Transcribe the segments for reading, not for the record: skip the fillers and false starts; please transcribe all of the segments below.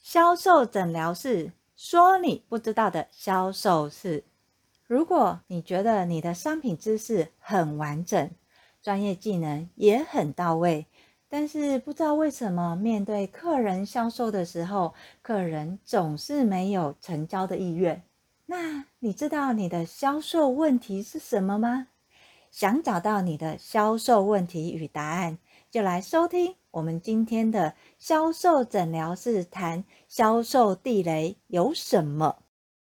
销售诊疗室，说你不知道的销售事。如果你觉得你的商品知识很完整，专业技能也很到位，但是不知道为什么面对客人销售的时候，客人总是没有成交的意愿，那你知道你的销售问题是什么吗？想找到你的销售问题与答案，就来收听我们今天的销售诊疗室，谈销售地雷有什么。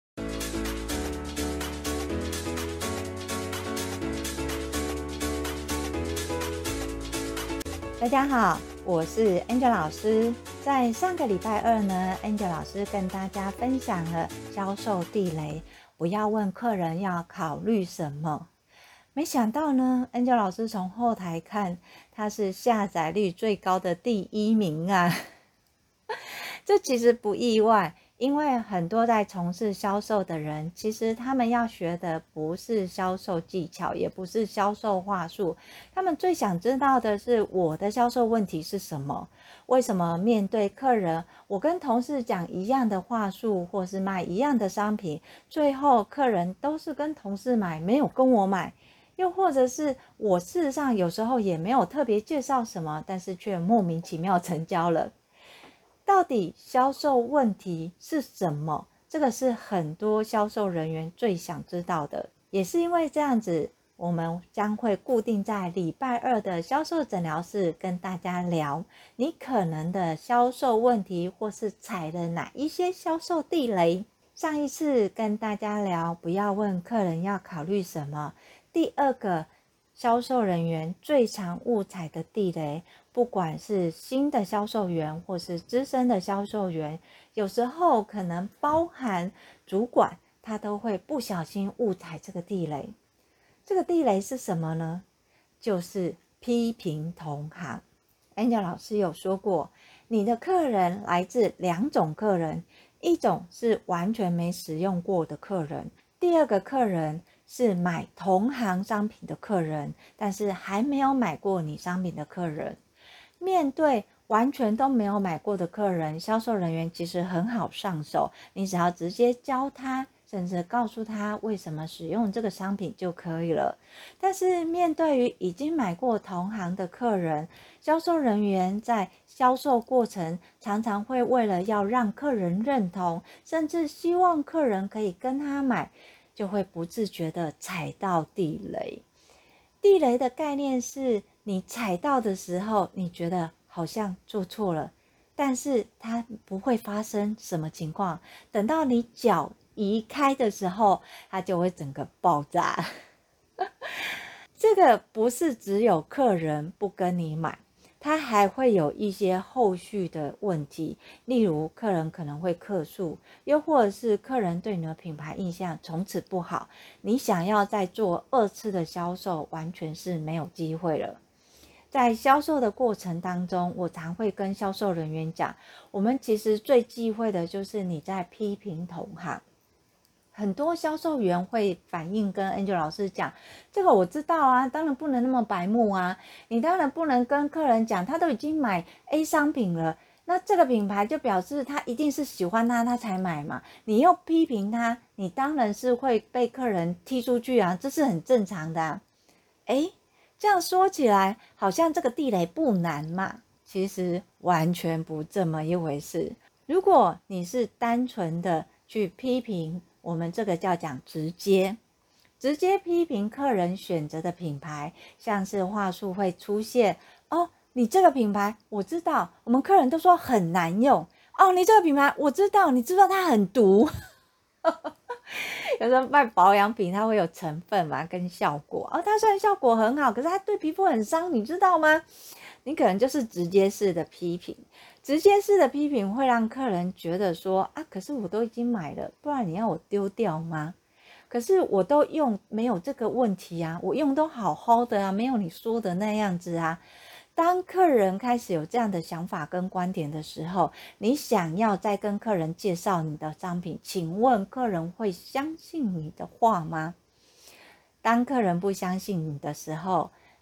大家好，我是 Angel 老师。在上个礼拜二呢， Angel 老师跟大家分享了销售地雷，不要问客人要考虑什么。没想到呢， Angel 老师从后台看，他是下载率最高的第1名啊。这其实不意外，因为很多在从事销售的人，其实他们要学的不是销售技巧，也不是销售话术，他们最想知道的是我的销售问题是什么？为什么面对客人，我跟同事讲一样的话术，或是卖一样的商品，最后客人都是跟同事买，没有跟我买？又或者是我事实上有时候也没有特别介绍什么，但是却莫名其妙成交了。到底销售问题是什么？这个是很多销售人员最想知道的。也是因为这样子，我们将会固定在礼拜二的销售诊疗室跟大家聊你可能的销售问题，或是踩了哪一些销售地雷。上一次跟大家聊不要问客人要考虑什么，第二个销售人员最常误踩的地雷，不管是新的销售员或是资深的销售员，有时候可能包含主管，他都会不小心误踩这个地雷。这个地雷是什么呢？就是批评同行。Angel 老师有说过，你的客人来自2种客人，一种是完全没使用过的客人，第二个客人是买同行商品的客人，但是还没有买过你商品的客人。面对完全都没有买过的客人，销售人员其实很好上手，你只要直接教他，甚至告诉他为什么使用这个商品就可以了。但是面对于已经买过同行的客人，销售人员在销售过程常常会为了要让客人认同，甚至希望客人可以跟他买，就会不自觉的踩到地雷。地雷的概念是你踩到的时候，你觉得好像做错了，但是它不会发生什么情况，等到你脚移开的时候，它就会整个爆炸。这个不是只有客人不跟你买，他还会有一些后续的问题，例如客人可能会客诉，又或者是客人对你的品牌印象从此不好，你想要再做2次的销售，完全是没有机会了。在销售的过程当中，我常会跟销售人员讲，我们其实最忌讳的就是你在批评同行。很多销售员会反映跟 Angel 老师讲，这个我知道啊，当然不能那么白目啊，你当然不能跟客人讲他都已经买 A 商品了，那这个品牌就表示他一定是喜欢他才买嘛，你又批评他，你当然是会被客人踢出去啊，这是很正常的啊。这样说起来好像这个地雷不难嘛，其实完全不这么一回事。如果你是单纯的去批评，我们这个叫讲直接批评客人选择的品牌，像是话术会出现，你这个品牌我知道，我们客人都说很难用，你这个品牌我知道，你知道它很毒。有时候卖保养品它会有成分嘛跟效果，它虽然效果很好，可是它对皮肤很伤，你知道吗？你可能就是直接式的批评，直接式的批评会让客人觉得说可是我都已经买了，不然你要我丢掉吗？可是我都用没有这个问题啊，我用都好好的啊，没有你说的那样子啊。当客人开始有这样的想法跟观点的时候，你想要再跟客人介绍你的商品，请问客人会相信你的话吗？当客人不相信你的时候，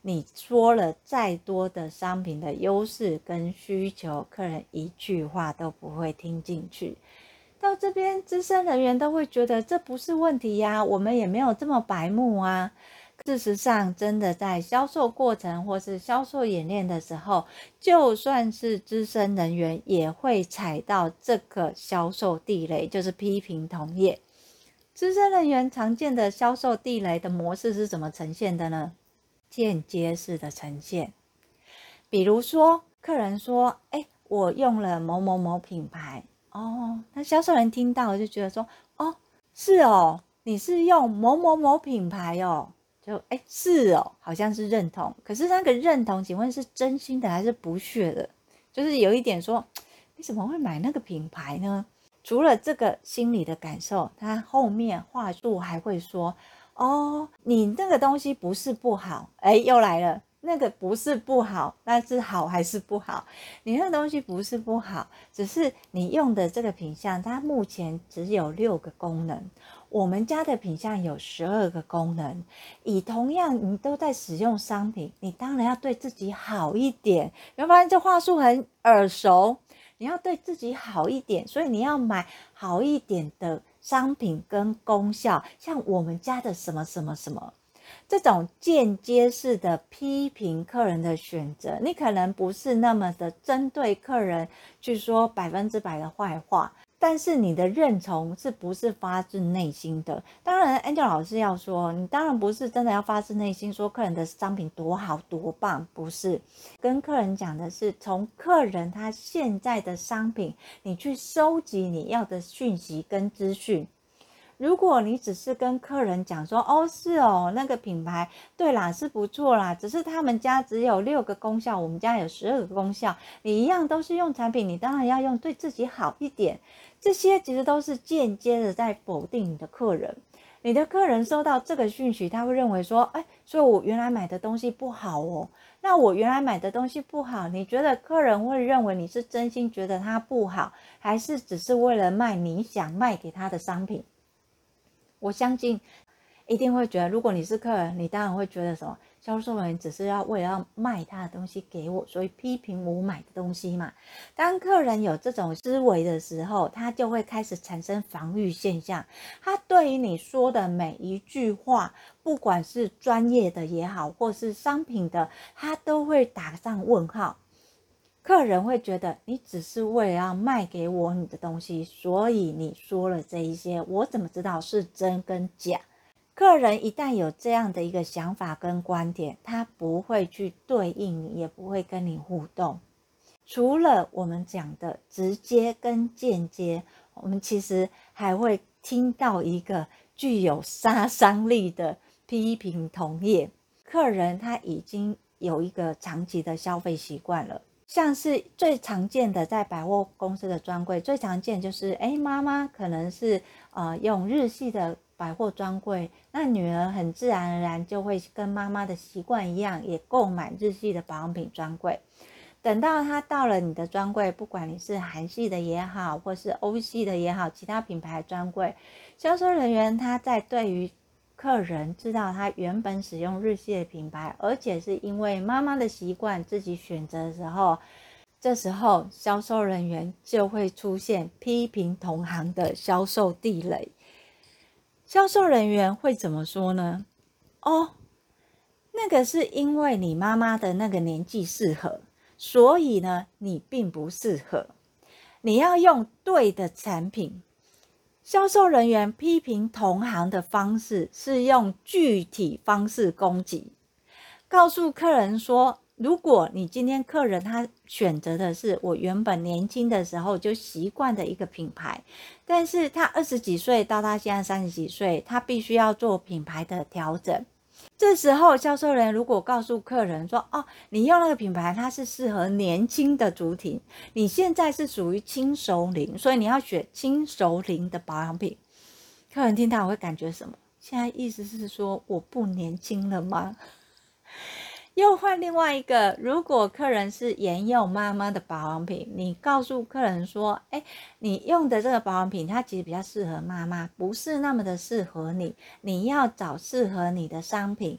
你说了再多的商品的优势跟需求，客人一句话都不会听进去。到这边资深人员都会觉得这不是问题呀，我们也没有这么白目啊。事实上，真的在销售过程或是销售演练的时候，就算是资深人员也会踩到这个销售地雷，就是批评同业。资深人员常见的销售地雷的模式是怎么呈现的呢？间接式的呈现。比如说，客人说：“我用了某某某品牌。”那销售人听到就觉得说：“哦，是哦，你是用某某某品牌哦。”是哦，好像是认同。可是那个认同，请问是真心的还是不屑的？就是有一点说，你怎么会买那个品牌呢？除了这个心理的感受，他后面话术还会说：“哦，你那个东西不是不好。”又来了。那个不是不好，那是好还是不好？你那个东西不是不好，只是你用的这个品项，它目前只有6个功能，我们家的品项有12个功能。以同样你都在使用商品，你当然要对自己好一点。你会发现这话术很耳熟，你要对自己好一点，所以你要买好一点的商品跟功效，像我们家的什么什么什么。这种间接式的批评客人的选择，你可能不是那么的针对客人去说100%的坏话，但是你的认同是不是发自内心的？当然 Angel 老师要说，你当然不是真的要发自内心说客人的商品多好多棒，不是。跟客人讲的是从客人他现在的商品，你去收集你要的讯息跟资讯。如果你只是跟客人讲说，是哦，那个品牌对啦，是不错啦，只是他们家只有6个功效，我们家有12个功效，你一样都是用产品，你当然要用对自己好一点。这些其实都是间接的在否定你的客人。你的客人收到这个讯息，他会认为说，所以我原来买的东西不好哦。那我原来买的东西不好，你觉得客人会认为你是真心觉得它不好，还是只是为了卖你想卖给他的商品？我相信一定会觉得，如果你是客人，你当然会觉得什么？销售人员只是为了要卖他的东西给我，所以批评我买的东西嘛。当客人有这种思维的时候，他就会开始产生防御现象。他对于你说的每一句话，不管是专业的也好，或是商品的，他都会打上问号。客人会觉得你只是为了要卖给我你的东西，所以你说了这一些，我怎么知道是真跟假？客人一旦有这样的一个想法跟观点，他不会去对应你，也不会跟你互动。除了我们讲的直接跟间接，我们其实还会听到一个具有杀伤力的批评同业。客人他已经有一个长期的消费习惯了，像是最常见的在百货公司的专柜，最常见就是妈妈可能是用日系的百货专柜，那女儿很自然而然就会跟妈妈的习惯一样，也购买日系的保养品专柜。等到她到了你的专柜，不管你是韩系的也好，或是欧系的也好，其他品牌专柜，销售人员他在对于客人知道他原本使用日系的品牌，而且是因为妈妈的习惯自己选择的时候，这时候销售人员就会出现批评同行的销售地雷。销售人员会怎么说呢？那个是因为你妈妈的那个年纪适合，所以呢你并不适合，你要用对的产品。销售人员批评同行的方式是用具体方式攻击，告诉客人说，如果你今天客人他选择的是我原本年轻的时候就习惯的一个品牌，但是他20几岁到他现在30几岁，他必须要做品牌的调整。这时候销售人员如果告诉客人说，你用那个品牌它是适合年轻的主体，你现在是属于轻熟龄，所以你要选轻熟龄的保养品。客人听到会感觉什么？现在意思是说我不年轻了吗？又换另外一个，如果客人是沿用妈妈的保养品，你告诉客人说，你用的这个保养品它其实比较适合妈妈，不是那么的适合你，你要找适合你的商品。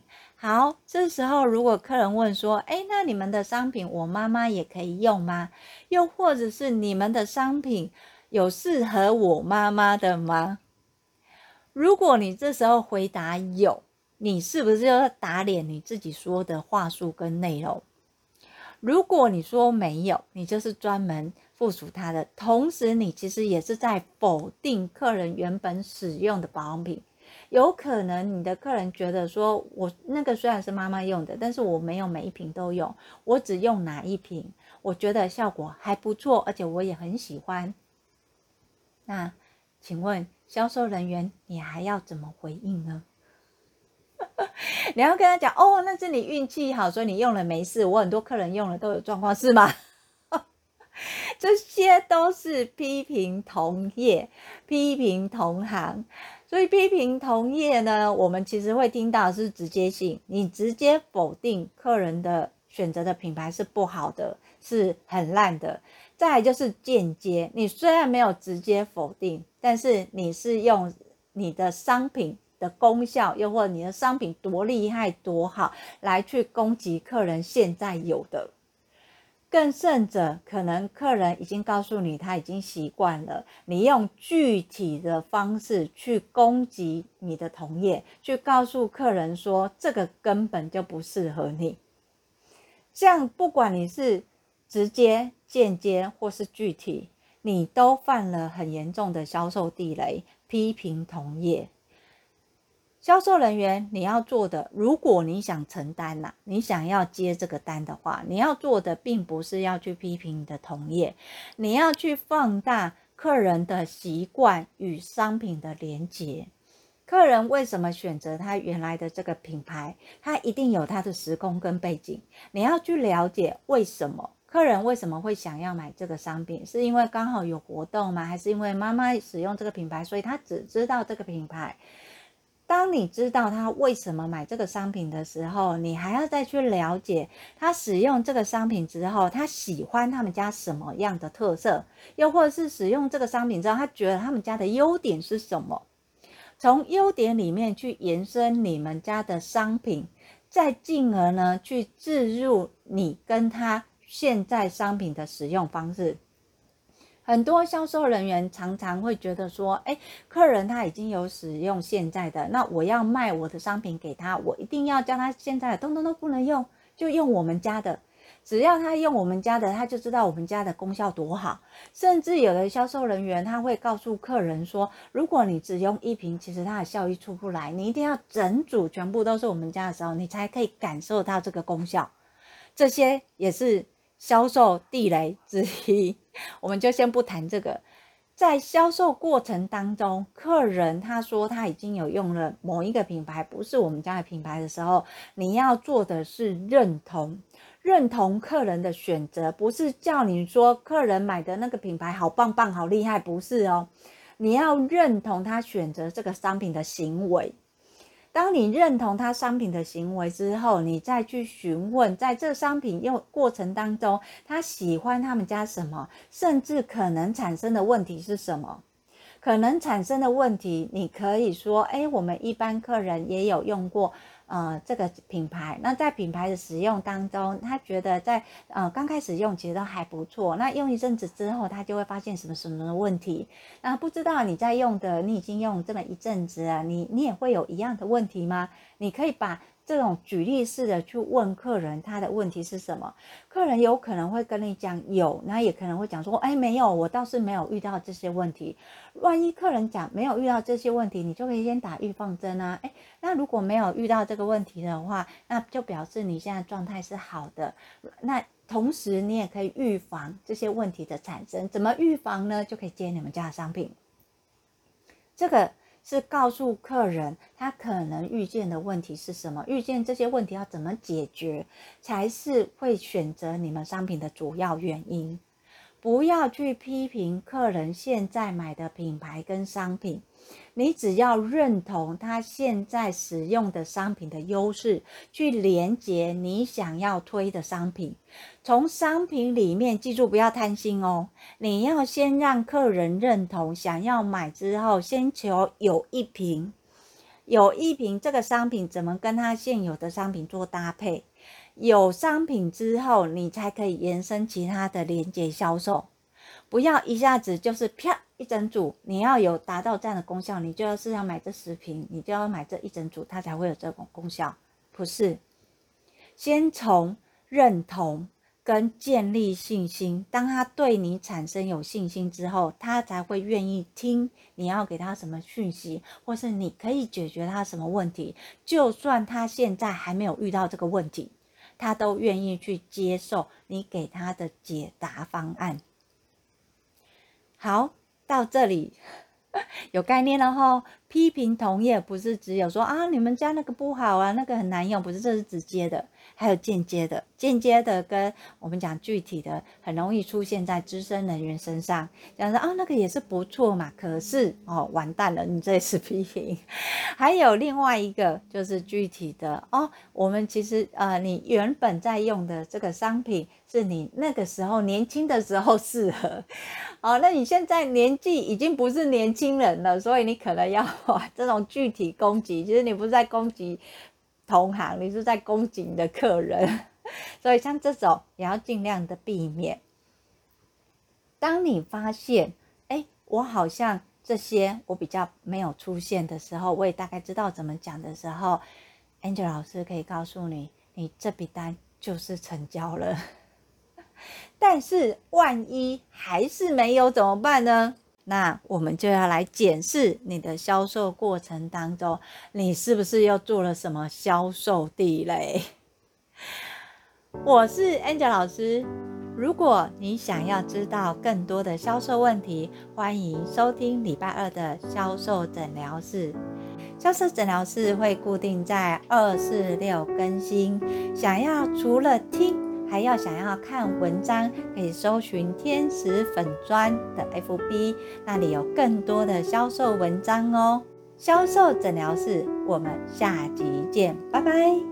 好，这时候如果客人问说，那你们的商品我妈妈也可以用吗？又或者是你们的商品有适合我妈妈的吗？如果你这时候回答有，你是不是就要打脸你自己说的话术跟内容？如果你说没有，你就是专门附属他的，同时你其实也是在否定客人原本使用的保养品。有可能你的客人觉得说，我那个虽然是妈妈用的，但是我没有每一瓶都用，我只用哪一瓶，我觉得效果还不错，而且我也很喜欢。那请问销售人员，你还要怎么回应呢？你要跟他讲，那是你运气好，所以你用了没事，我很多客人用了都有状况，是吗？这些都是批评同业、批评同行。所以批评同业呢，我们其实会听到的是直接性，你直接否定客人的选择的品牌是不好的，是很烂的。再来就是间接，你虽然没有直接否定，但是你是用你的商品的功效，又或者你的商品多厉害多好，来去攻击客人现在有的。更甚者，可能客人已经告诉你他已经习惯了，你用具体的方式去攻击你的同业，去告诉客人说这个根本就不适合你。这样不管你是直接、间接或是具体，你都犯了很严重的销售地雷，批评同业。销售人员你要做的，如果你想承担你想要接这个单的话，你要做的并不是要去批评你的同业，你要去放大客人的习惯与商品的连结。客人为什么选择他原来的这个品牌，他一定有他的时空跟背景，你要去了解为什么客人为什么会想要买这个商品，是因为刚好有活动吗？还是因为妈妈使用这个品牌，所以他只知道这个品牌？当你知道他为什么买这个商品的时候，你还要再去了解他使用这个商品之后，他喜欢他们家什么样的特色，又或者是使用这个商品之后，他觉得他们家的优点是什么，从优点里面去延伸你们家的商品，再进而呢去置入你跟他现在商品的使用方式。很多销售人员常常会觉得说，客人他已经有使用现在的，那我要卖我的商品给他，我一定要叫他现在的通通都不能用，就用我们家的。只要他用我们家的，他就知道我们家的功效多好。甚至有的销售人员他会告诉客人说，如果你只用一瓶，其实它的效益出不来，你一定要整组全部都是我们家的时候，你才可以感受到这个功效。这些也是销售地雷之一，我们就先不谈这个。在销售过程当中，客人他说他已经有用了某一个品牌，不是我们家的品牌的时候，你要做的是认同客人的选择，不是叫你说客人买的那个品牌好棒棒好厉害，不是哦，你要认同他选择这个商品的行为。当你认同他商品的行为之后，你再去询问在这商品用过程当中他喜欢他们家什么，甚至可能产生的问题是什么。可能产生的问题你可以说，我们一般客人也有用过这个品牌，那在品牌的使用当中，他觉得在刚开始用其实都还不错，那用一阵子之后他就会发现什么什么的问题。那不知道你在用的，你已经用这么一阵子了，你也会有一样的问题吗？你可以把这种举例式的去问客人他的问题是什么，客人有可能会跟你讲有，那也可能会讲说没有，我倒是没有遇到这些问题。万一客人讲没有遇到这些问题，你就可以先打预防针啊。那如果没有遇到这个问题的话，那就表示你现在状态是好的，那同时你也可以预防这些问题的产生。怎么预防呢？就可以接你们家的商品。这个是告诉客人他可能遇见的问题是什么，遇见这些问题要怎么解决，才是会选择你们商品的主要原因。不要去批评客人现在买的品牌跟商品，你只要认同他现在使用的商品的优势，去连接你想要推的商品。从商品里面，记住不要贪心哦，你要先让客人认同，想要买之后，先求有一瓶， 有一瓶这个商品怎么跟它现有的商品做搭配，有商品之后你才可以延伸其他的连结销售，不要一下子就是啪一整组，你要有达到这样的功效，你就是要买这10瓶，你就要买这一整组，它才会有这种功效。不是，先从认同跟建立信心，当他对你产生有信心之后，他才会愿意听你要给他什么讯息，或是你可以解决他什么问题。就算他现在还没有遇到这个问题，他都愿意去接受你给他的解答方案。好，到这里有概念了吼。批评同业不是只有说啊你们家那个不好啊，那个很难用，不是，这是直接的，还有间接的。间接的跟我们讲具体的，很容易出现在资深人员身上，讲说啊那个也是不错嘛，可是哦完蛋了，你这是批评。还有另外一个就是具体的哦，我们其实你原本在用的这个商品是你那个时候年轻的时候适合。哦，那你现在年纪已经不是年轻人了，所以你可能要这种具体攻击，其实你不是在攻击同行，你是在攻击你的客人。所以像这种也要尽量的避免。当你发现我好像这些我比较没有出现的时候，我也大概知道怎么讲的时候， Angel 老师可以告诉你，你这笔单就是成交了。但是万一还是没有怎么办呢？那我们就要来检视你的销售过程当中，你是不是又做了什么销售地雷？我是 Angel 老师，如果你想要知道更多的销售问题，欢迎收听礼拜二的销售诊疗室。销售诊疗室会固定在2、4、6更新，想要除了听还要想要看文章，可以搜寻天使粉专的 FB， 那里有更多的销售文章哦。销售诊疗室，我们下集见，拜拜。